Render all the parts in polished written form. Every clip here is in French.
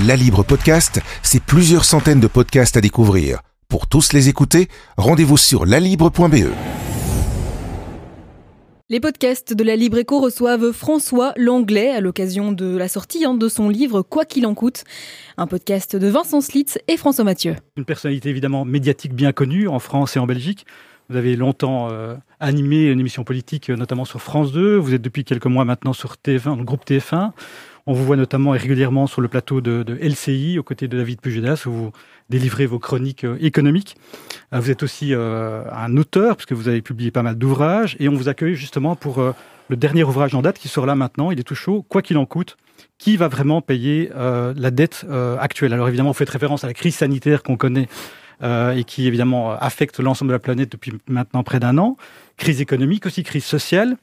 La Libre Podcast, c'est plusieurs centaines de podcasts à découvrir. Pour tous les écouter, rendez-vous sur lalibre.be. Les podcasts de La Libre Éco reçoivent François Langlais à l'occasion de la sortie de son livre « Quoi qu'il en coûte », un podcast de Vincent Slitz et François Mathieu. Une personnalité évidemment médiatique bien connue en France et en Belgique. Vous avez longtemps animé une émission politique, notamment sur France 2. Vous êtes depuis quelques mois maintenant sur TF1, le groupe TF1. On vous voit notamment et régulièrement sur le plateau de LCI, aux côtés de David Pujadas, où vous délivrez vos chroniques économiques. Vous êtes aussi un auteur, puisque vous avez publié pas mal d'ouvrages, et on vous accueille justement pour le dernier ouvrage en date qui sort là maintenant. Il est tout chaud, Quoi qu'il en coûte. Qui va vraiment payer la dette actuelle? Alors évidemment, vous faites référence à la crise sanitaire qu'on connaît et qui évidemment affecte l'ensemble de la planète depuis maintenant près d'un an. Crise économique aussi, crise sociale.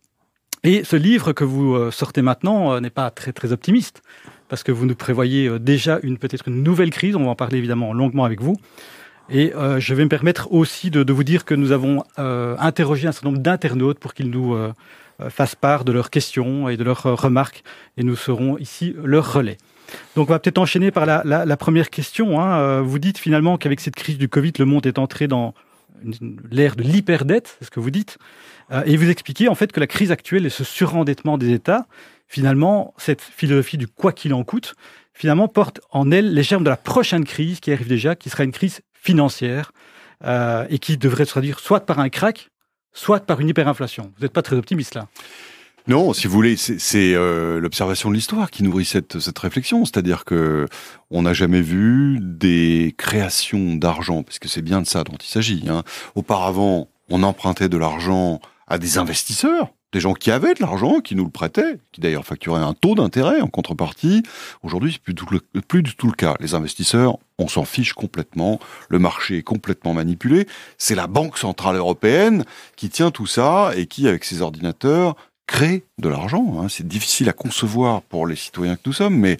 Et ce livre que vous sortez maintenant n'est pas très très optimiste, parce que vous nous prévoyez déjà peut-être une nouvelle crise. On va en parler évidemment longuement avec vous. Et je vais me permettre aussi de vous dire que nous avons interrogé un certain nombre d'internautes pour qu'ils nous fassent part de leurs questions et de leurs remarques, et nous serons ici leur relais. Donc on va peut-être enchaîner par la première question. Vous dites finalement qu'avec cette crise du Covid, le monde est entré dans l'ère de l'hyperdette, c'est ce que vous dites. Et vous expliquez en fait que la crise actuelle et ce surendettement des États, finalement, cette philosophie du quoi qu'il en coûte, finalement porte en elle les germes de la prochaine crise qui arrive déjà, qui sera une crise financière et qui devrait se traduire soit par un krach, soit par une hyperinflation. Vous n'êtes pas très optimiste là? Non, si vous voulez, c'est l'observation de l'histoire qui nourrit cette réflexion. C'est-à-dire que on n'a jamais vu des créations d'argent, parce que c'est bien de ça dont il s'agit. Auparavant, on empruntait de l'argent à des investisseurs, des gens qui avaient de l'argent, qui nous le prêtaient, qui d'ailleurs facturaient un taux d'intérêt en contrepartie. Aujourd'hui, c'est plus du tout le cas. Les investisseurs, on s'en fiche complètement. Le marché est complètement manipulé. C'est la Banque Centrale Européenne qui tient tout ça et qui, avec ses ordinateurs, crée de l'argent. C'est difficile à concevoir pour les citoyens que nous sommes, mais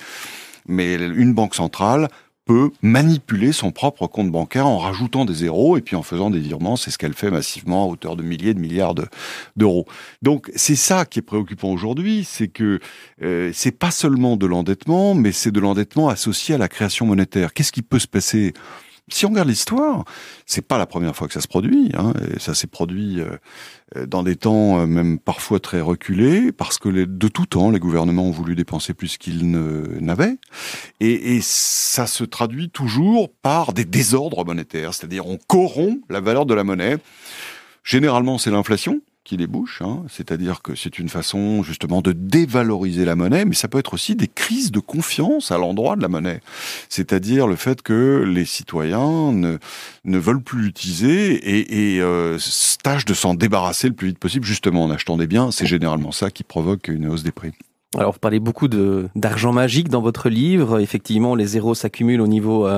une banque centrale peut manipuler son propre compte bancaire en rajoutant des zéros et puis en faisant des virements. C'est ce qu'elle fait massivement à hauteur de milliers de milliards d'euros. Donc c'est ça qui est préoccupant aujourd'hui, c'est que c'est pas seulement de l'endettement, mais c'est de l'endettement associé à la création monétaire. Qu'est-ce qui peut se passer? Si on regarde l'histoire, c'est pas la première fois que ça se produit. Et ça s'est produit dans des temps même parfois très reculés, parce que de tout temps, les gouvernements ont voulu dépenser plus qu'ils n'avaient. Et ça se traduit toujours par des désordres monétaires, c'est-à-dire on corrompt la valeur de la monnaie. Généralement, c'est l'inflation qui débouche, c'est-à-dire que c'est une façon justement de dévaloriser la monnaie, mais ça peut être aussi des crises de confiance à l'endroit de la monnaie, c'est-à-dire le fait que les citoyens ne veulent plus l'utiliser et tâchent de s'en débarrasser le plus vite possible, justement en achetant des biens. C'est généralement ça qui provoque une hausse des prix. Alors, vous parlez beaucoup d'argent magique dans votre livre. Effectivement, les zéros s'accumulent au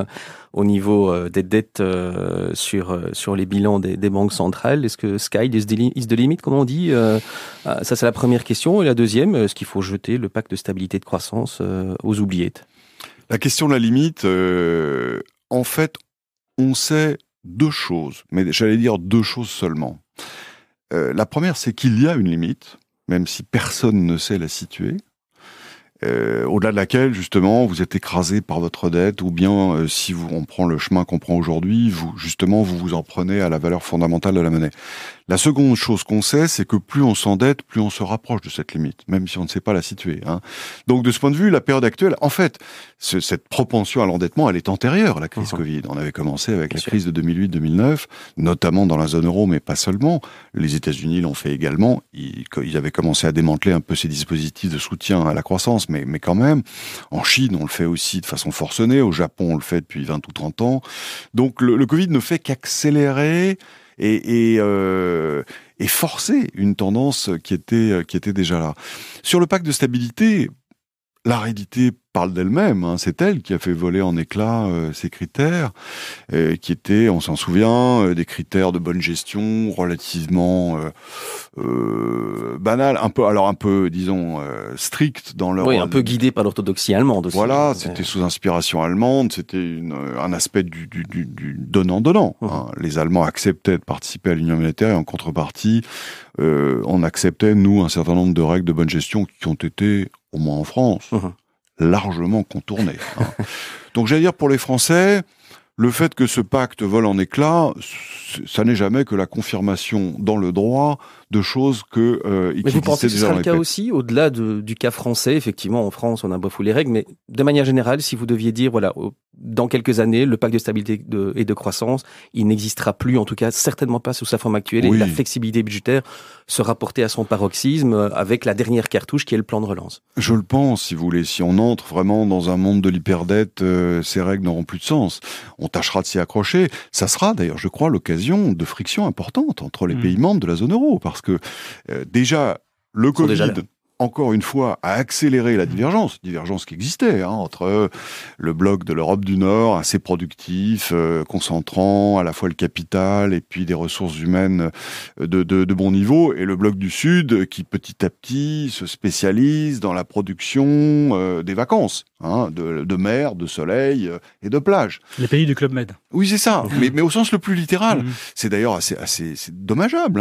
niveau des dettes sur les bilans des banques centrales. Est-ce que sky is the limit, comme on dit? Ça, c'est la première question. Et la deuxième, est-ce qu'il faut jeter le pacte de stabilité et de croissance aux oubliettes? La question de la limite, en fait, on sait deux choses, mais j'allais dire deux choses seulement. La première, c'est qu'il y a une limite, même si personne ne sait la situer, au-delà de laquelle, justement, vous êtes écrasé par votre dette, ou bien, si on prend le chemin qu'on prend aujourd'hui, vous vous en prenez à la valeur fondamentale de la monnaie. La seconde chose qu'on sait, c'est que plus on s'endette, plus on se rapproche de cette limite, même si on ne sait pas la situer. Donc, de ce point de vue, la période actuelle, en fait, cette propension à l'endettement, elle est antérieure à la crise Covid. On avait commencé avec la crise de 2008-2009, notamment dans la zone euro, mais pas seulement. Les États-Unis l'ont fait également. Ils avaient commencé à démanteler un peu ces dispositifs de soutien à la croissance, mais quand même. En Chine, on le fait aussi de façon forcenée. Au Japon, on le fait depuis 20 ou 30 ans. Donc, le Covid ne fait qu'accélérer et forcer une tendance qui était déjà là. Sur le pacte de stabilité, la réalité parle d'elle-même. C'est elle qui a fait voler en éclats ces critères, qui étaient, on s'en souvient, des critères de bonne gestion relativement banals, un peu, disons, stricts dans leur... Oui, un peu guidés par l'orthodoxie allemande aussi. Voilà, c'était sous inspiration allemande, c'était un aspect du donnant-donnant. Les Allemands acceptaient de participer à l'Union monétaire et en contrepartie, on acceptait, nous, un certain nombre de règles de bonne gestion qui ont été, au moins en France, largement contourné. Donc j'allais dire pour les Français, le fait que ce pacte vole en éclats, ça n'est jamais que la confirmation dans le droit de choses mais vous pensez que ce sera le cas aussi, au-delà du cas français? Effectivement, en France, on a bafoué les règles, mais de manière générale, si vous deviez dire, voilà, dans quelques années, le pacte de stabilité et de croissance, il n'existera plus, en tout cas certainement pas sous sa forme actuelle, oui. Et la flexibilité budgétaire sera portée à son paroxysme avec la dernière cartouche qui est le plan de relance. Je le pense, si vous voulez. Si on entre vraiment dans un monde de l'hyperdette, ces règles n'auront plus de sens. On tâchera de s'y accrocher. Ça sera d'ailleurs, je crois, l'occasion de frictions importantes entre les pays membres de la zone euro, parce que déjà, le Covid, encore une fois, a accéléré la divergence qui existait entre le bloc de l'Europe du Nord, assez productif, concentrant à la fois le capital et puis des ressources humaines de bon niveau, et le bloc du Sud qui petit à petit se spécialise dans la production des vacances, de mer, de soleil et de plage. Les pays du Club Med. Oui, c'est ça, mais au sens le plus littéral. C'est d'ailleurs assez dommageable.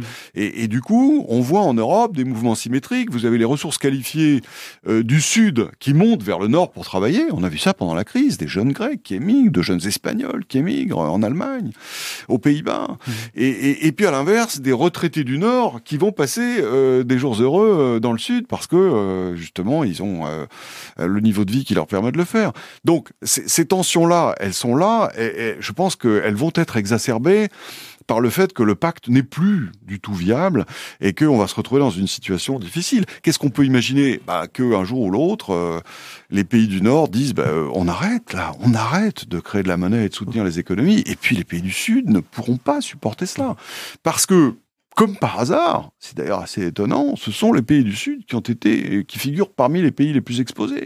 Et du coup, on voit en Europe des mouvements symétriques. Vous avez les ressources qualifiées du Sud qui montent vers le Nord pour travailler. On a vu ça pendant la crise, des jeunes Grecs qui émigrent, de jeunes Espagnols qui émigrent en Allemagne, aux Pays-Bas. Et puis à l'inverse, des retraités du Nord qui vont passer des jours heureux dans le Sud parce que justement, ils ont le niveau de vie qui leur permet de le faire. Donc, ces tensions-là, elles sont là, et je pense qu'elles vont être exacerbées par le fait que le pacte n'est plus du tout viable et qu'on va se retrouver dans une situation difficile. Qu'est-ce qu'on peut imaginer ? Qu'un jour ou l'autre, les pays du Nord disent on arrête de créer de la monnaie et de soutenir les économies, et puis les pays du Sud ne pourront pas supporter cela. Parce que, comme par hasard, c'est d'ailleurs assez étonnant, ce sont les pays du Sud qui figurent parmi les pays les plus exposés.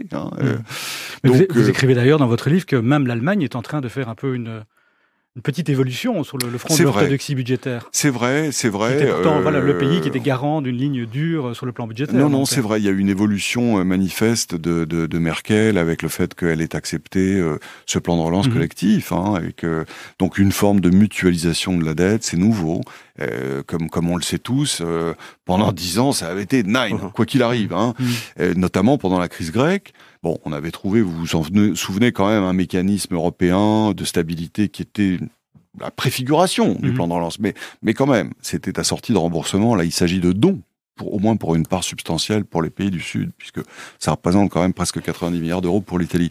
Donc, vous écrivez d'ailleurs dans votre livre que même l'Allemagne est en train de faire un peu une petite évolution sur le front de l'orthodoxie budgétaire. C'est vrai. C'était pourtant le pays qui était garant d'une ligne dure sur le plan budgétaire. Non, c'est vrai. Il y a eu une évolution manifeste de Merkel avec le fait qu'elle ait accepté ce plan de relance collectif, avec donc une forme de mutualisation de la dette. C'est nouveau. Comme on le sait tous, pendant 10 ans, ça avait été quoi qu'il arrive, notamment pendant la crise grecque. Bon, on avait trouvé, vous vous souvenez quand même, un mécanisme européen de stabilité qui était la préfiguration du plan de relance. Mais quand même, c'était assorti de remboursement. Là, il s'agit de dons, au moins pour une part substantielle pour les pays du Sud, puisque ça représente quand même presque 90 milliards d'euros pour l'Italie.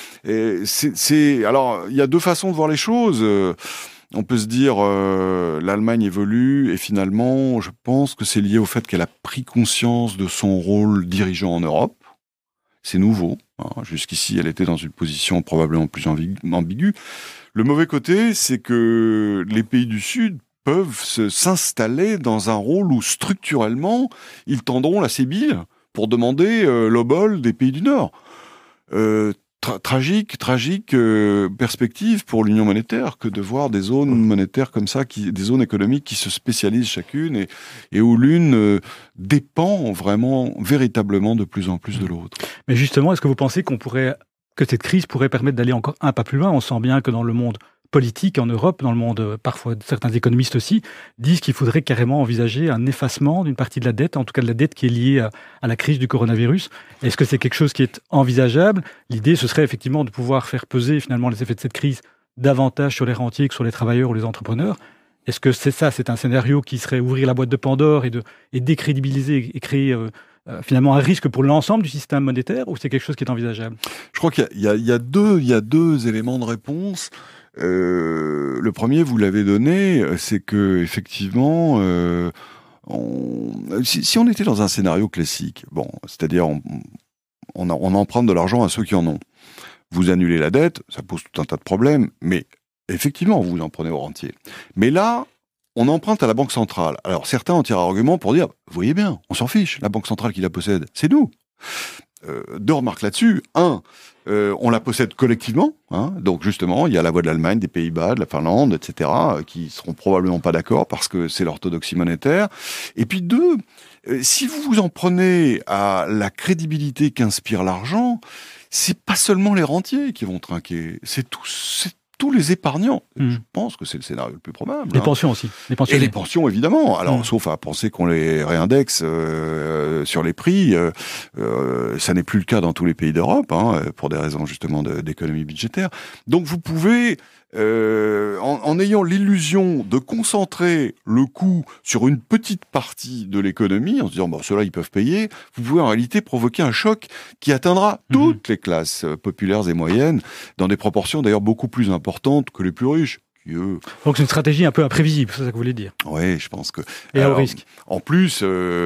Alors, il y a deux façons de voir les choses. On peut se dire l'Allemagne évolue, et finalement, je pense que c'est lié au fait qu'elle a pris conscience de son rôle dirigeant en Europe. C'est nouveau. Jusqu'ici, elle était dans une position probablement plus ambiguë. Le mauvais côté, c'est que les pays du Sud peuvent s'installer dans un rôle où, structurellement, ils tendront la sébile pour demander l'obol des pays du Nord. Tragique perspective pour l'union monétaire que de voir des zones monétaires comme ça, des zones économiques qui se spécialisent chacune et où l'une dépend véritablement de plus en plus de l'autre. Mais justement, est-ce que vous pensez que cette crise pourrait permettre d'aller encore un pas plus loin ? On sent bien que dans le monde politique en Europe, dans le monde, parfois certains économistes aussi, disent qu'il faudrait carrément envisager un effacement d'une partie de la dette, en tout cas de la dette qui est liée à la crise du coronavirus. Est-ce que c'est quelque chose qui est envisageable ? L'idée, ce serait effectivement de pouvoir faire peser finalement les effets de cette crise davantage sur les rentiers que sur les travailleurs ou les entrepreneurs. Est-ce que c'est un scénario qui serait ouvrir la boîte de Pandore et décrédibiliser et créer finalement un risque pour l'ensemble du système monétaire, ou c'est quelque chose qui est envisageable ? Je crois qu'il y a deux éléments de réponse. Le premier, vous l'avez donné, c'est que effectivement, si on était dans un scénario classique, c'est-à-dire on emprunte de l'argent à ceux qui en ont. Vous annulez la dette, ça pose tout un tas de problèmes, mais effectivement, vous en prenez au rentier. Mais là, on emprunte à la Banque centrale. Alors certains en tirent argument pour dire, vous voyez bien, on s'en fiche, la Banque centrale qui la possède, c'est nous. Deux remarques là-dessus. On la possède collectivement, donc justement, il y a la voix de l'Allemagne, des Pays-Bas, de la Finlande, etc., qui seront probablement pas d'accord parce que c'est l'orthodoxie monétaire. Et puis deux, si vous vous en prenez à la crédibilité qu'inspire l'argent, c'est pas seulement les rentiers qui vont trinquer, c'est tous les épargnants. Je pense que c'est le scénario le plus probable. Les pensions aussi. Et les pensions, évidemment. Alors, sauf à penser qu'on les réindexe sur les prix. Ça n'est plus le cas dans tous les pays d'Europe, pour des raisons justement d'économie budgétaire. Donc, vous pouvez... en ayant l'illusion de concentrer le coût sur une petite partie de l'économie, en se disant bon, ceux-là ils peuvent payer, vous pouvez en réalité provoquer un choc qui atteindra toutes les classes populaires et moyennes, dans des proportions d'ailleurs beaucoup plus importantes que les plus riches. Donc c'est une stratégie un peu imprévisible, c'est ça que vous voulez dire. Oui, je pense que... Et au risque. En plus,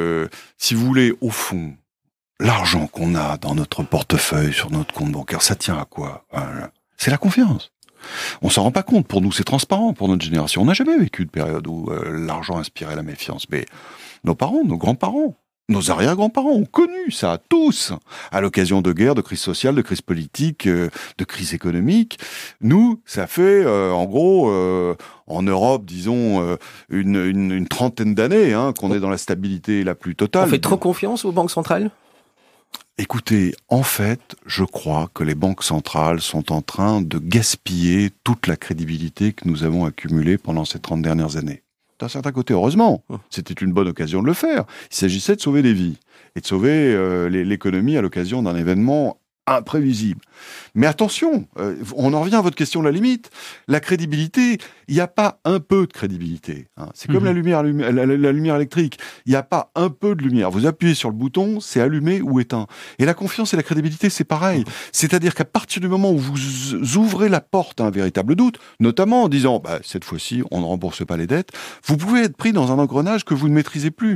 si vous voulez, au fond, l'argent qu'on a dans notre portefeuille, sur notre compte bancaire, ça tient à quoi? C'est la confiance. On s'en rend pas compte. Pour nous, c'est transparent. Pour notre génération, on n'a jamais vécu de période où l'argent inspirait la méfiance. Mais nos parents, nos grands-parents, nos arrière-grands-parents ont connu ça, tous, à l'occasion de guerres, de crises sociales, de crises politiques, de crises économiques. Nous, ça fait, en gros, en Europe, disons, une trentaine d'années qu'on est dans la stabilité la plus totale. On fait trop confiance aux banques centrales ? Écoutez, en fait, je crois que les banques centrales sont en train de gaspiller toute la crédibilité que nous avons accumulée pendant ces 30 dernières années. D'un certain côté, heureusement, c'était une bonne occasion de le faire. Il s'agissait de sauver des vies et de sauver l'économie à l'occasion d'un événement imprévisible. Mais attention, on en revient à votre question de la limite. La crédibilité, il n'y a pas un peu de crédibilité. C'est comme la lumière électrique. Il n'y a pas un peu de lumière. Vous appuyez sur le bouton, c'est allumé ou éteint. Et la confiance et la crédibilité, c'est pareil. C'est-à-dire qu'à partir du moment où vous ouvrez la porte à un véritable doute, notamment en disant cette fois-ci, on ne rembourse pas les dettes, vous pouvez être pris dans un engrenage que vous ne maîtrisez plus.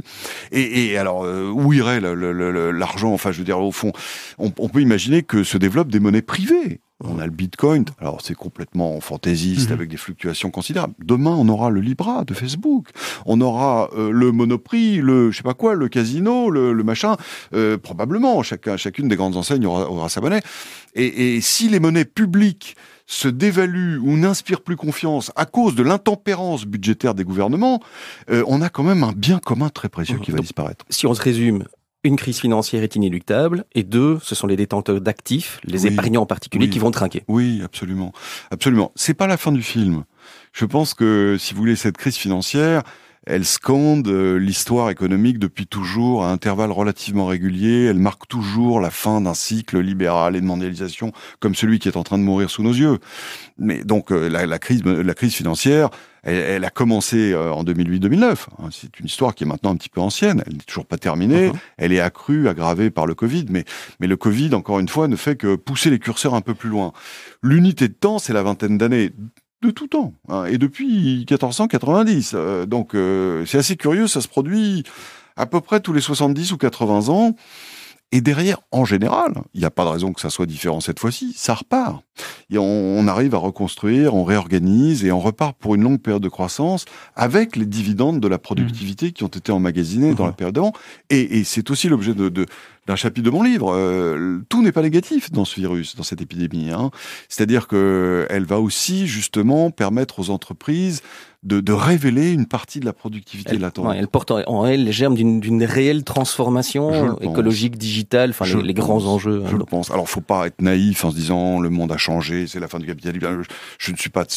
Et alors, où irait l'argent? Enfin, je veux dire, au fond, on peut imaginer que se développent des monnaies privées. On a le Bitcoin, alors c'est complètement fantaisiste avec des fluctuations considérables. Demain, on aura le Libra de Facebook, on aura le Monoprix, le je sais pas quoi, le casino, le machin. Probablement, chacune des grandes enseignes aura sa monnaie. Et si les monnaies publiques se dévaluent ou n'inspirent plus confiance à cause de l'intempérance budgétaire des gouvernements, on a quand même un bien commun très précieux qui va disparaître. Si on se résume, une crise financière est inéluctable, et deux, ce sont les détenteurs d'actifs, les épargnants en particulier, qui vont trinquer. Oui, absolument. Absolument. C'est pas la fin du film. Je pense que, si vous voulez, cette crise financière, elle scande l'histoire économique depuis toujours à intervalles relativement réguliers. Elle marque toujours la fin d'un cycle libéral et de mondialisation comme celui qui est en train de mourir sous nos yeux. Mais donc la crise financière, elle a commencé en 2008-2009. C'est une histoire qui est maintenant un petit peu ancienne. Elle n'est toujours pas terminée. Elle est accrue, aggravée par le Covid. Mais le Covid, encore une fois, ne fait que pousser les curseurs un peu plus loin. L'unité de temps, c'est la vingtaine d'années. De tout temps, et depuis 1490. Donc c'est assez curieux, ça se produit à peu près tous les 70 ou 80 ans. Et derrière, en général, il n'y a pas de raison que ça soit différent cette fois-ci, ça repart. Et on arrive à reconstruire, on réorganise et on repart pour une longue période de croissance avec les dividendes de la productivité qui ont été emmagasinés dans la période d'avant. Et c'est aussi l'objet d'un chapitre de mon livre. Tout n'est pas négatif dans ce virus, dans cette épidémie. C'est-à-dire qu'elle va aussi justement permettre aux entreprises de révéler une partie de la productivité latente. Elle porte en elle les germes d'une réelle transformation écologique, digitale, les grands enjeux. Je le pense. Alors, faut pas être naïf en se disant le monde a changé, c'est la fin du capitalisme. Je ne suis pas de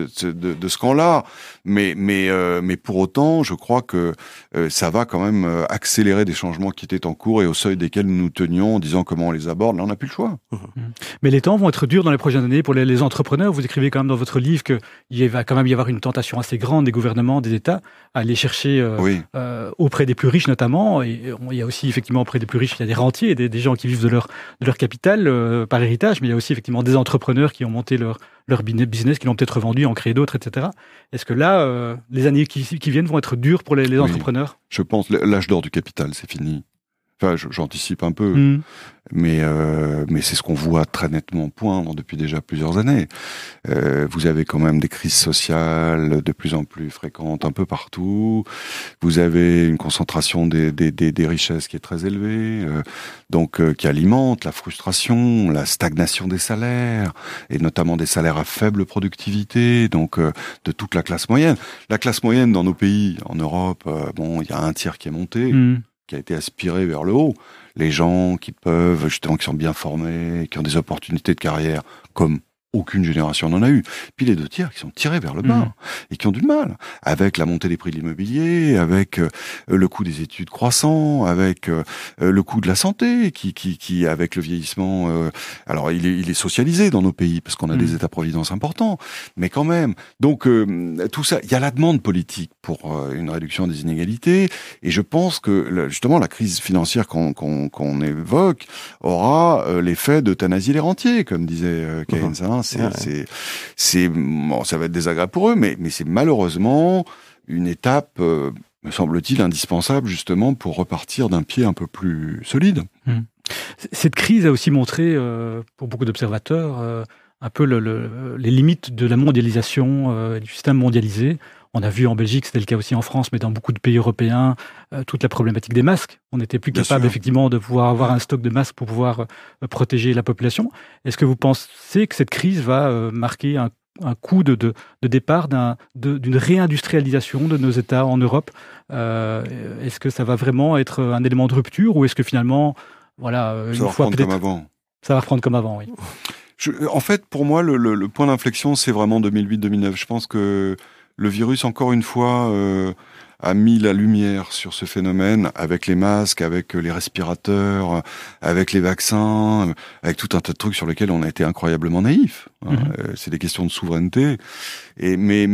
ce camp-là, mais pour autant, je crois que ça va quand même accélérer des changements qui étaient en cours et au seuil desquels nous nous tenions en disant comment on les aborde. Là, on n'a plus le choix. Mais les temps vont être durs dans les prochaines années pour les entrepreneurs. Vous écrivez quand même dans votre livre qu'il va quand même y avoir une tentation assez grande des gouvernements, des États, à aller chercher auprès des plus riches notamment. Et il y a aussi effectivement auprès des plus riches, il y a des rentiers, des gens qui vivent de leur capital par héritage, mais il y a aussi effectivement des entrepreneurs qui ont monté leur business, qui l'ont peut-être vendu, en créé d'autres, etc. Est-ce que là, les années qui viennent vont être dures pour les entrepreneurs ? Je pense l'âge d'or du capital, c'est fini. Enfin, j'anticipe un peu, mais c'est ce qu'on voit très nettement poindre depuis déjà plusieurs années. Vous avez quand même des crises sociales de plus en plus fréquentes un peu partout. Vous avez une concentration des richesses qui est très élevée, donc qui alimente la frustration, la stagnation des salaires, et notamment des salaires à faible productivité, donc de toute la classe moyenne. La classe moyenne dans nos pays, en Europe, il y a un tiers qui est monté. Qui a été aspiré vers le haut. Les gens qui peuvent, justement, qui sont bien formés, qui ont des opportunités de carrière, comme aucune génération n'en a eu. Puis les 2 tiers qui sont tirés vers le bas et qui ont du mal avec la montée des prix de l'immobilier, avec le coût des études croissant, avec le coût de la santé, qui avec le vieillissement, alors il est socialisé dans nos pays parce qu'on a des États-providence importants, mais quand même. Donc tout ça, il y a la demande politique pour une réduction des inégalités, et je pense que justement la crise financière qu'on évoque aura l'effet d'euthanasier les rentiers, comme disait Keynes. Bon, ça va être désagréable pour eux, mais c'est malheureusement une étape, me semble-t-il, indispensable justement pour repartir d'un pied un peu plus solide. Cette crise a aussi montré, pour beaucoup d'observateurs, un peu les limites de la mondialisation, du système mondialisé. On a vu en Belgique, c'était le cas aussi en France, mais dans beaucoup de pays européens, toute la problématique des masques. On n'était plus capable effectivement de pouvoir avoir un stock de masques pour pouvoir protéger la population. Est-ce que vous pensez que cette crise va marquer un coup de départ d'une réindustrialisation de nos États en Europe? Est-ce que ça va vraiment être un élément de rupture, ou est-ce que finalement, voilà, ça va reprendre comme avant? Ça va reprendre comme avant, oui. En fait, pour moi, le point d'inflexion, c'est vraiment 2008-2009. Je pense que le virus, encore une fois, a mis la lumière sur ce phénomène, avec les masques, avec les respirateurs, avec les vaccins, avec tout un tas de trucs sur lesquels on a été incroyablement naïfs. C'est des questions de souveraineté. Mais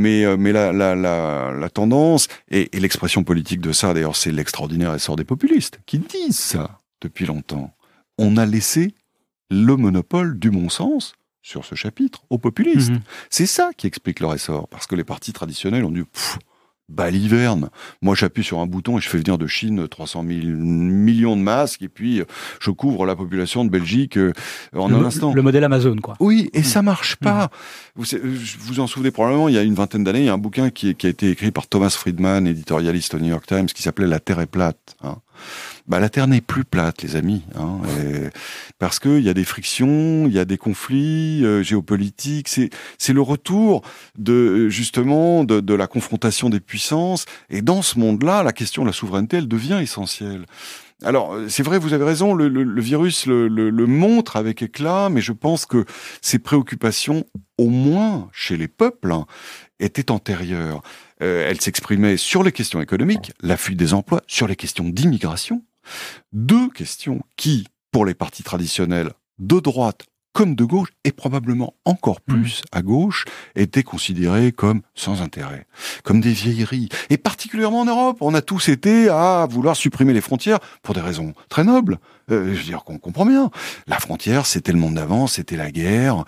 la tendance, et l'expression politique de ça, d'ailleurs, c'est l'extraordinaire essor des populistes, qui disent ça depuis longtemps. On a laissé le monopole du bon sens sur ce chapitre aux populistes. C'est ça qui explique leur essor, parce que les partis traditionnels ont dit baliverne. Moi, j'appuie sur un bouton et je fais venir de Chine 300 000 millions de masques, et puis je couvre la population de Belgique en un instant. Le modèle Amazon, quoi. Oui, et ça marche pas. Vous en souvenez probablement, il y a une vingtaine d'années, il y a un bouquin qui a été écrit par Thomas Friedman, éditorialiste au New York Times, qui s'appelait « La Terre est plate ». La Terre n'est plus plate, les amis, parce que il y a des frictions, il y a des conflits géopolitiques. C'est le retour justement de la confrontation des puissances. Et dans ce monde-là, la question de la souveraineté, elle devient essentielle. Alors, c'est vrai, vous avez raison, le virus le montre avec éclat, mais je pense que ces préoccupations, au moins chez les peuples, étaient antérieures. Elles s'exprimaient sur les questions économiques, la fuite des emplois, sur les questions d'immigration. 2 questions qui, pour les partis traditionnels de droite comme de gauche, et probablement encore plus à gauche, étaient considérées comme sans intérêt, comme des vieilleries. Et particulièrement en Europe, on a tous été à vouloir supprimer les frontières pour des raisons très nobles. Je veux dire qu'on comprend bien. La frontière, c'était le monde d'avant, c'était la guerre.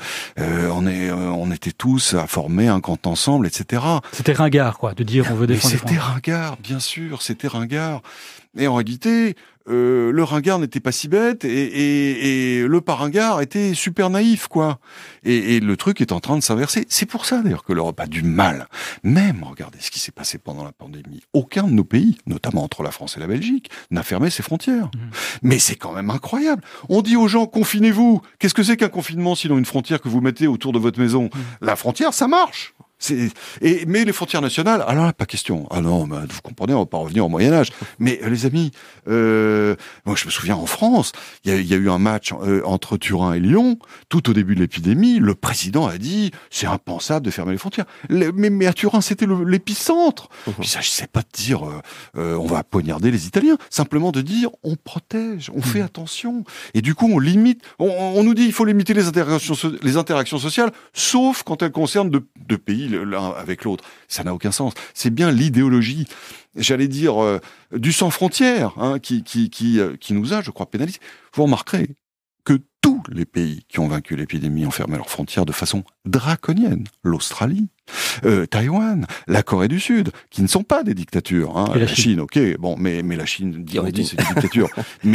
On était tous à former un camp ensemble, etc. C'était ringard, quoi, de dire on veut défendre. C'était ringard, bien sûr, c'était ringard. Et en réalité, le ringard n'était pas si bête, et le pas ringard était super naïf, quoi. Et le truc est en train de s'inverser. C'est pour ça, d'ailleurs, que l'Europe a du mal. Même, regardez ce qui s'est passé pendant la pandémie. Aucun de nos pays, notamment entre la France et la Belgique, n'a fermé ses frontières. Mais c'est quand même incroyable. On dit aux gens, confinez-vous. Qu'est-ce que c'est qu'un confinement, sinon une frontière que vous mettez autour de votre maison? La frontière, ça marche. Mais les frontières nationales, alors là, pas question. Ah non, vous comprenez, on va pas revenir au Moyen-Âge. Mais les amis, moi je me souviens en France, il y a eu un match entre Turin et Lyon, tout au début de l'épidémie, le président a dit, c'est impensable de fermer les frontières. Mais à Turin, c'était l'épicentre. Il s'agissait pas de dire, on va poignarder les Italiens, simplement de dire, on protège, on fait attention. Et du coup, on limite, on nous dit, il faut limiter les interactions sociales, sauf quand elles concernent deux pays l'un avec l'autre. Ça n'a aucun sens. C'est bien l'idéologie, j'allais dire, du sans frontières, qui nous a, je crois, pénalisés. Vous remarquerez que tous les pays qui ont vaincu l'épidémie ont fermé leurs frontières de façon draconienne. L'Australie, Taïwan, la Corée du Sud, qui ne sont pas des dictatures. Et la Chine, ok, bon, mais la Chine, on dit, c'est une dictature.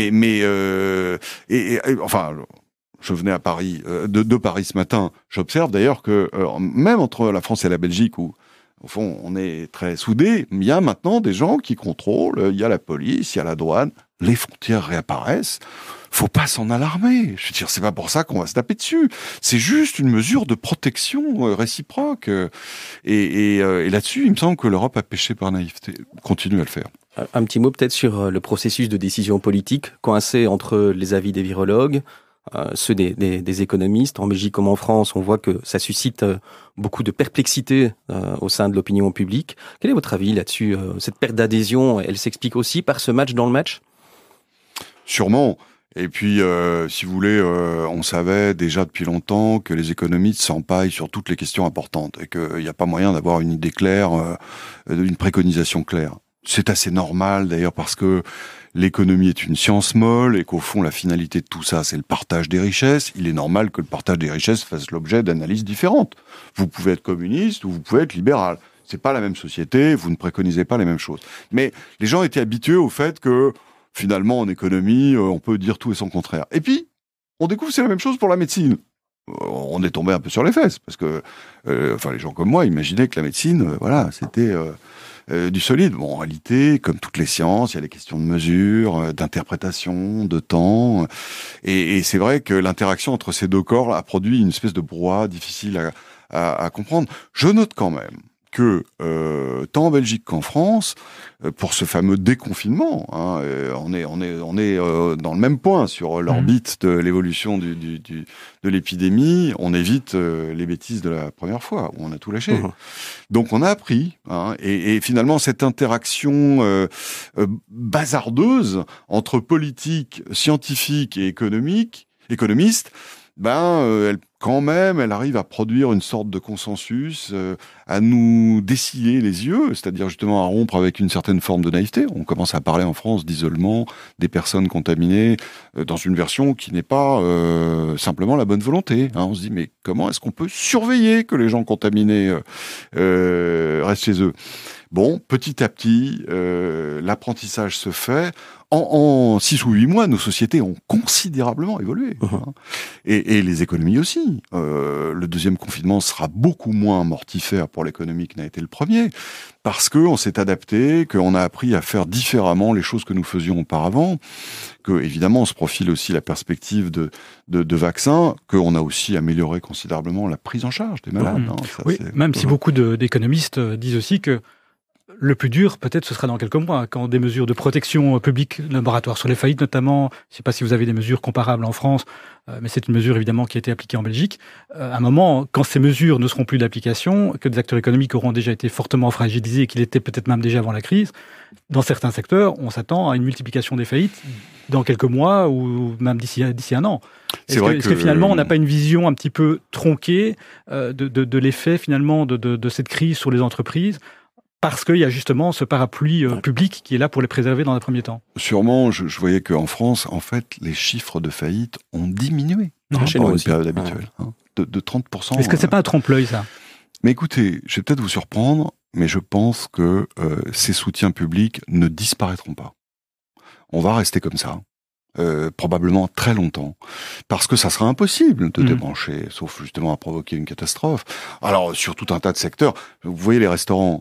Enfin... Je venais à Paris, de Paris ce matin. J'observe d'ailleurs que même entre la France et la Belgique, où au fond on est très soudés, il y a maintenant des gens qui contrôlent. Il y a la police, il y a la douane. Les frontières réapparaissent. Faut pas s'en alarmer. Je veux dire, c'est pas pour ça qu'on va se taper dessus. C'est juste une mesure de protection réciproque. Et là-dessus, il me semble que l'Europe a péché par naïveté. Continue à le faire. Un petit mot peut-être sur le processus de décision politique coincé entre les avis des virologues, ceux des économistes. En Belgique comme en France, on voit que ça suscite beaucoup de perplexité au sein de l'opinion publique. Quel est votre avis là-dessus? Cette perte d'adhésion, elle s'explique aussi par ce match dans le match? Sûrement. Et puis, si vous voulez, on savait déjà depuis longtemps que les économistes s'empaillent sur toutes les questions importantes et qu'il n'y a pas moyen d'avoir une idée claire, une préconisation claire. C'est assez normal d'ailleurs parce que l'économie est une science molle et qu'au fond la finalité de tout ça c'est le partage des richesses. Il est normal que le partage des richesses fasse l'objet d'analyses différentes. Vous pouvez être communiste ou vous pouvez être libéral. C'est pas la même société, vous ne préconisez pas les mêmes choses. Mais les gens étaient habitués au fait que finalement en économie on peut dire tout et son contraire. Et puis on découvre que c'est la même chose pour la médecine. On est tombé un peu sur les fesses parce que les gens comme moi imaginaient que la médecine c'était du solide. Bon, en réalité, comme toutes les sciences, il y a des questions de mesure, d'interprétation, de temps. Et c'est vrai que l'interaction entre ces deux corps a produit une espèce de brouhaha difficile à comprendre. Je note quand même que tant en Belgique qu'en France, pour ce fameux déconfinement, on est dans le même point sur l'orbite de l'évolution de l'épidémie. On évite les bêtises de la première fois où on a tout lâché. Donc on a appris, et finalement cette interaction bazardeuse entre politique, scientifique et économiste, elle arrive à produire une sorte de consensus, à nous dessiller les yeux, c'est-à-dire justement à rompre avec une certaine forme de naïveté. On commence à parler en France d'isolement, des personnes contaminées, dans une version qui n'est pas simplement la bonne volonté. On se dit, mais comment est-ce qu'on peut surveiller que les gens contaminés restent chez eux ? Bon, petit à petit, l'apprentissage se fait. En 6 ou 8 mois, nos sociétés ont considérablement évolué. Et les économies aussi. Le deuxième confinement sera beaucoup moins mortifère pour l'économie que n'a été le premier, parce qu'on s'est adapté, qu'on a appris à faire différemment les choses que nous faisions auparavant, que évidemment on se profile aussi la perspective de vaccins, qu'on a aussi amélioré considérablement la prise en charge des malades. Même si beaucoup d'économistes disent aussi que le plus dur, peut-être, ce sera dans quelques mois, quand des mesures de protection publique, laboratoire sur les faillites notamment, je ne sais pas si vous avez des mesures comparables en France, mais c'est une mesure évidemment qui a été appliquée en Belgique. À un moment, quand ces mesures ne seront plus d'application, que des acteurs économiques auront déjà été fortement fragilisés et qu'il était peut-être même déjà avant la crise, dans certains secteurs, on s'attend à une multiplication des faillites dans quelques mois ou même d'ici un an. Est-ce que finalement, on n'a pas une vision un petit peu tronquée de l'effet finalement de cette crise sur les entreprises ? Parce qu'il y a justement ce parapluie public qui est là pour les préserver dans un premier temps. Sûrement, je voyais qu'en France, en fait, les chiffres de faillite ont diminué par rapport à une période habituelle, de 30%. Est-ce que c'est pas un trompe-l'œil, ça ? Mais écoutez, je vais peut-être vous surprendre, mais je pense que ces soutiens publics ne disparaîtront pas. On va rester comme ça. Probablement très longtemps, parce que ça sera impossible de débrancher, sauf justement à provoquer une catastrophe. Alors, sur tout un tas de secteurs, vous voyez les restaurants,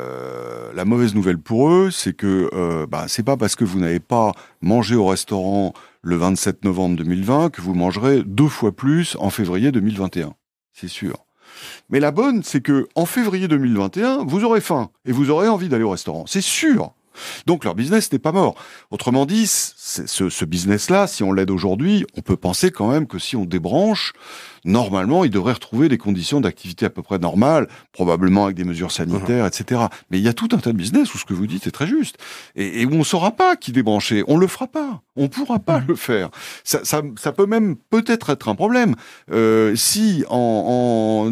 la mauvaise nouvelle pour eux, c'est que c'est pas parce que vous n'avez pas mangé au restaurant le 27 novembre 2020 que vous mangerez 2 fois plus en février 2021. C'est sûr. Mais la bonne, c'est que en février 2021, vous aurez faim et vous aurez envie d'aller au restaurant. C'est sûr. Donc leur business n'est pas mort. Autrement dit, ce business-là, si on l'aide aujourd'hui, on peut penser quand même que si on débranche, normalement, il devrait retrouver des conditions d'activité à peu près normales, probablement avec des mesures sanitaires, etc. Mais il y a tout un tas de business où ce que vous dites est très juste. Et où on ne saura pas qui débrancher. On ne le fera pas. On ne pourra pas le faire. Ça peut même peut-être être un problème. Si en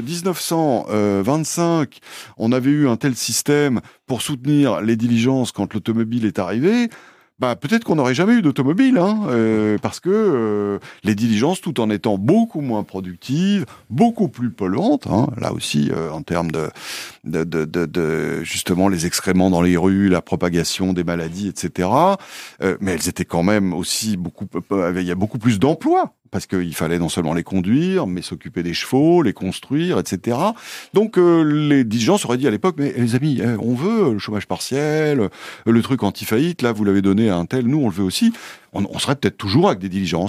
1925, on avait eu un tel système pour soutenir les diligences quand l'automobile est arrivée, peut-être qu'on n'aurait jamais eu d'automobile, parce que les diligences, tout en étant beaucoup moins productives, beaucoup plus polluantes, là aussi en termes de justement les excréments dans les rues, la propagation des maladies, etc. Mais elles étaient quand même aussi il y a beaucoup plus d'emplois. Parce qu'il fallait non seulement les conduire, mais s'occuper des chevaux, les construire, etc. Donc les diligences auraient dit à l'époque, mais les amis, on veut le chômage partiel, le truc anti-faillite, là vous l'avez donné à un tel, nous on le veut aussi. On serait peut-être toujours avec des diligences.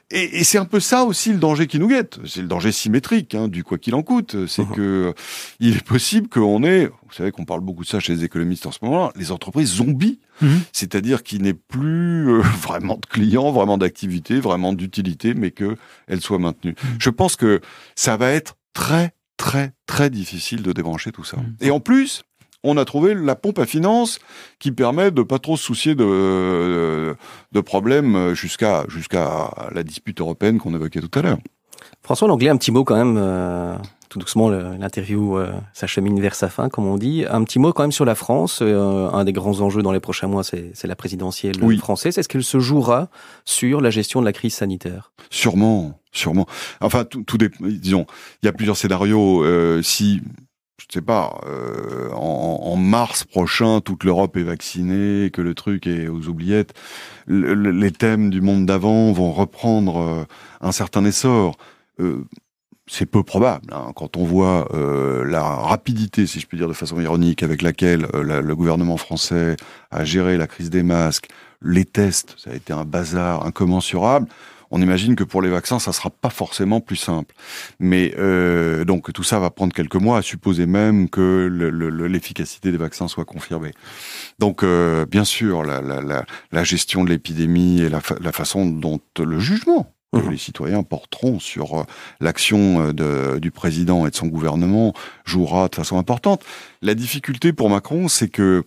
Et c'est un peu ça aussi le danger qui nous guette. C'est le danger symétrique, du quoi qu'il en coûte. C'est que il est possible qu'on ait, vous savez qu'on parle beaucoup de ça chez les économistes en ce moment-là, les entreprises zombies. C'est-à-dire qu'il n'est plus vraiment de clients, vraiment d'activité, vraiment d'utilité, mais qu'elles soient maintenues. Je pense que ça va être très, très, très difficile de débrancher tout ça. Et en plus, on a trouvé la pompe à finances qui permet de pas trop se soucier de problèmes jusqu'à la dispute européenne qu'on évoquait tout à l'heure. François Langlais, un petit mot quand même, tout doucement l'interview s'achemine vers sa fin, comme on dit. Un petit mot quand même sur la France. Un des grands enjeux dans les prochains mois, c'est la présidentielle française. Est-ce qu'elle se jouera sur la gestion de la crise sanitaire ? Sûrement. Enfin, disons, il y a plusieurs scénarios. Si, je sais pas, en mars prochain, toute l'Europe est vaccinée, que le truc est aux oubliettes, les thèmes du monde d'avant vont reprendre un certain essor. C'est peu probable, quand on voit la rapidité, si je puis dire de façon ironique, avec laquelle le gouvernement français a géré la crise des masques, les tests, ça a été un bazar incommensurable. On imagine que pour les vaccins, ça sera pas forcément plus simple. Mais donc tout ça va prendre quelques mois, à supposer même que l'efficacité des vaccins soit confirmée. Donc bien sûr, la gestion de l'épidémie et la façon dont le jugement que les citoyens porteront sur l'action du président et de son gouvernement jouera de façon importante. La difficulté pour Macron, c'est que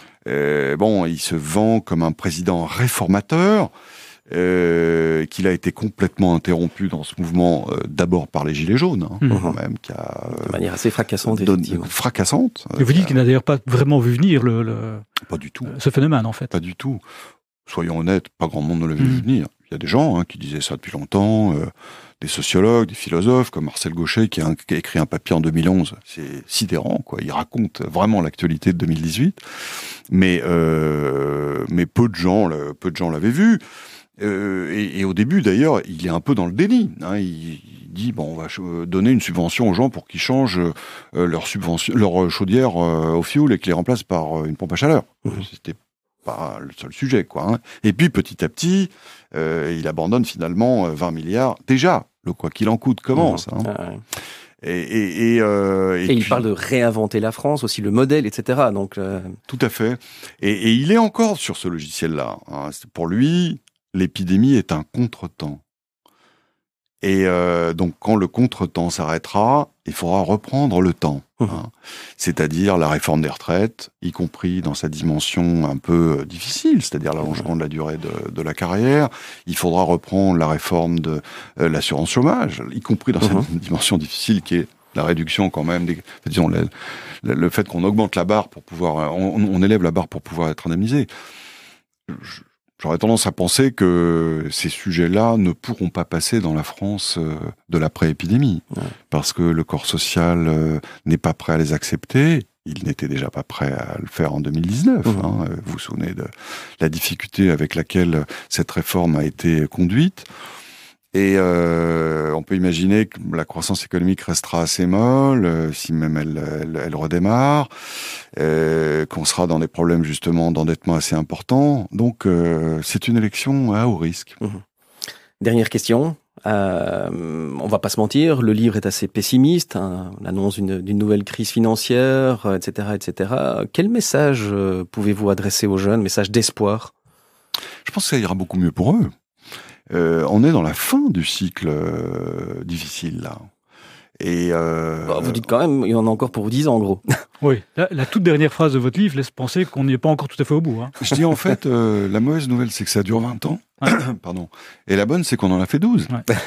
il se vend comme un président réformateur, qu'il a été complètement interrompu dans ce mouvement, d'abord par les Gilets jaunes, quand même, qui a de manière assez fracassante, effectivement. Fracassante. Et vous dites qu'il n'a d'ailleurs pas vraiment vu venir pas du tout. Ce phénomène, en fait. Pas du tout. Soyons honnêtes, pas grand monde ne l'avait vu venir. Il y a des gens qui disaient ça depuis longtemps, des sociologues, des philosophes, comme Marcel Gauchet, qui a écrit un papier en 2011. C'est sidérant, quoi. Il raconte vraiment l'actualité de 2018. Mais peu de gens l'avaient vu. Et au début, d'ailleurs, il est un peu dans le déni. Il dit on va donner une subvention aux gens pour qu'ils changent leur chaudière au fioul et qu'ils les remplacent par une pompe à chaleur. C'était pas le seul sujet, quoi. Et puis petit à petit, il abandonne finalement 20 milliards. Déjà, le quoi qu'il en coûte commence. Et puis, il parle de réinventer la France, aussi le modèle, etc. Donc tout à fait. Et il est encore sur ce logiciel-là. Pour lui, l'épidémie est un contretemps. Et donc, quand le contretemps s'arrêtera, il faudra reprendre le temps. C'est-à-dire la réforme des retraites, y compris dans sa dimension un peu difficile, c'est-à-dire l'allongement de la durée de la carrière. Il faudra reprendre la réforme de l'assurance chômage, y compris dans cette dimension difficile qui est la réduction quand même, disons, le fait qu'on augmente la barre pour pouvoir... On élève la barre pour pouvoir être indemnisé. J'aurais tendance à penser que ces sujets-là ne pourront pas passer dans la France de l'après-épidémie, parce que le corps social n'est pas prêt à les accepter. Il n'était déjà pas prêt à le faire en 2019. Vous vous souvenez de la difficulté avec laquelle cette réforme a été conduite. Et on peut imaginer que la croissance économique restera assez molle, si même elle redémarre, qu'on sera dans des problèmes justement d'endettement assez importants. Donc c'est une élection à haut risque. Dernière question. On va pas se mentir, le livre est assez pessimiste. On annonce d'une nouvelle crise financière, etc., etc. Quel message pouvez-vous adresser aux jeunes, message d'espoir ? Je pense que ça ira beaucoup mieux pour eux. On est dans la fin du cycle difficile, là. Et vous dites quand même, il y en a encore pour 10 ans, en gros. Oui, la toute dernière phrase de votre livre laisse penser qu'on n'y est pas encore tout à fait au bout. Je dis en fait, la mauvaise nouvelle, c'est que ça dure 20 ans. Pardon. Et la bonne, c'est qu'on en a fait 12.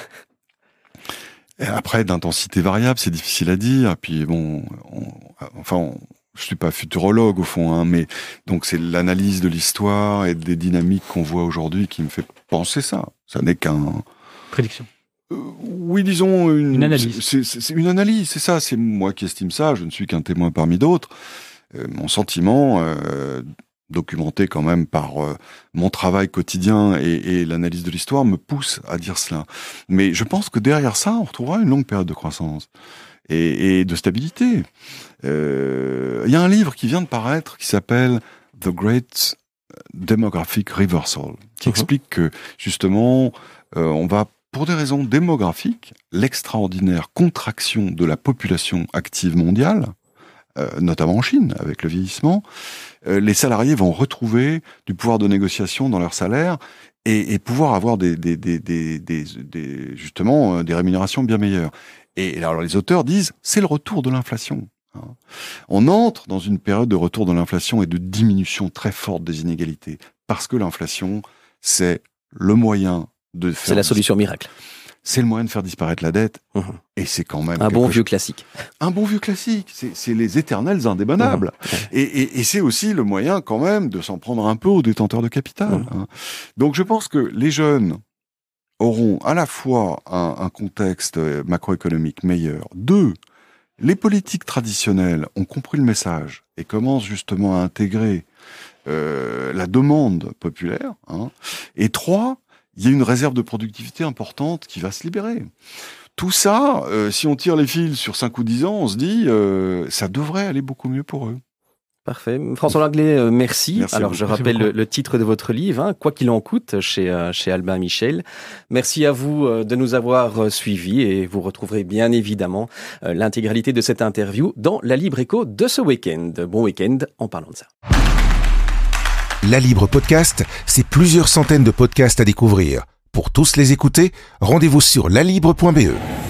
Et après, d'intensité variable, c'est difficile à dire. Et puis bon, je suis pas futurologue au fond, mais donc c'est l'analyse de l'histoire et des dynamiques qu'on voit aujourd'hui qui me fait penser ça. Ça n'est qu'un... Prédiction. Oui, disons une analyse. C'est une analyse, c'est ça. C'est moi qui estime ça. Je ne suis qu'un témoin parmi d'autres. Mon sentiment, documenté quand même par mon travail quotidien et l'analyse de l'histoire, me pousse à dire cela. Mais je pense que derrière ça, on retrouvera une longue période de croissance et de stabilité. Il y a un livre qui vient de paraître qui s'appelle The Great Demographic Reversal, qui explique que justement, on va pour des raisons démographiques, l'extraordinaire contraction de la population active mondiale, notamment en Chine, avec le vieillissement, les salariés vont retrouver du pouvoir de négociation dans leur salaire et pouvoir avoir justement des rémunérations bien meilleures. Et alors les auteurs disent, c'est le retour de l'inflation. On entre dans une période de retour de l'inflation et de diminution très forte des inégalités, parce que l'inflation, c'est le moyen de faire... C'est la solution miracle. C'est le moyen de faire disparaître la dette, et c'est quand même... Un bon vieux classique. Un bon vieux classique, c'est les éternels indébannables. Et c'est aussi le moyen quand même de s'en prendre un peu aux détenteurs de capital. Donc je pense que les jeunes auront à la fois un contexte macroéconomique meilleur. 2, les politiques traditionnelles ont compris le message et commencent justement à intégrer la demande populaire. Et 3, il y a une réserve de productivité importante qui va se libérer. Tout ça, si on tire les fils sur 5 ou 10 ans, on se dit ça devrait aller beaucoup mieux pour eux. Parfait. François Langlais, merci. Alors, je rappelle le titre de votre livre, Quoi qu'il en coûte, chez Albin Michel. Merci à vous de nous avoir suivis et vous retrouverez bien évidemment l'intégralité de cette interview dans La Libre Écho de ce week-end. Bon week-end en parlant de ça. La Libre Podcast, c'est plusieurs centaines de podcasts à découvrir. Pour tous les écouter, rendez-vous sur lalibre.be.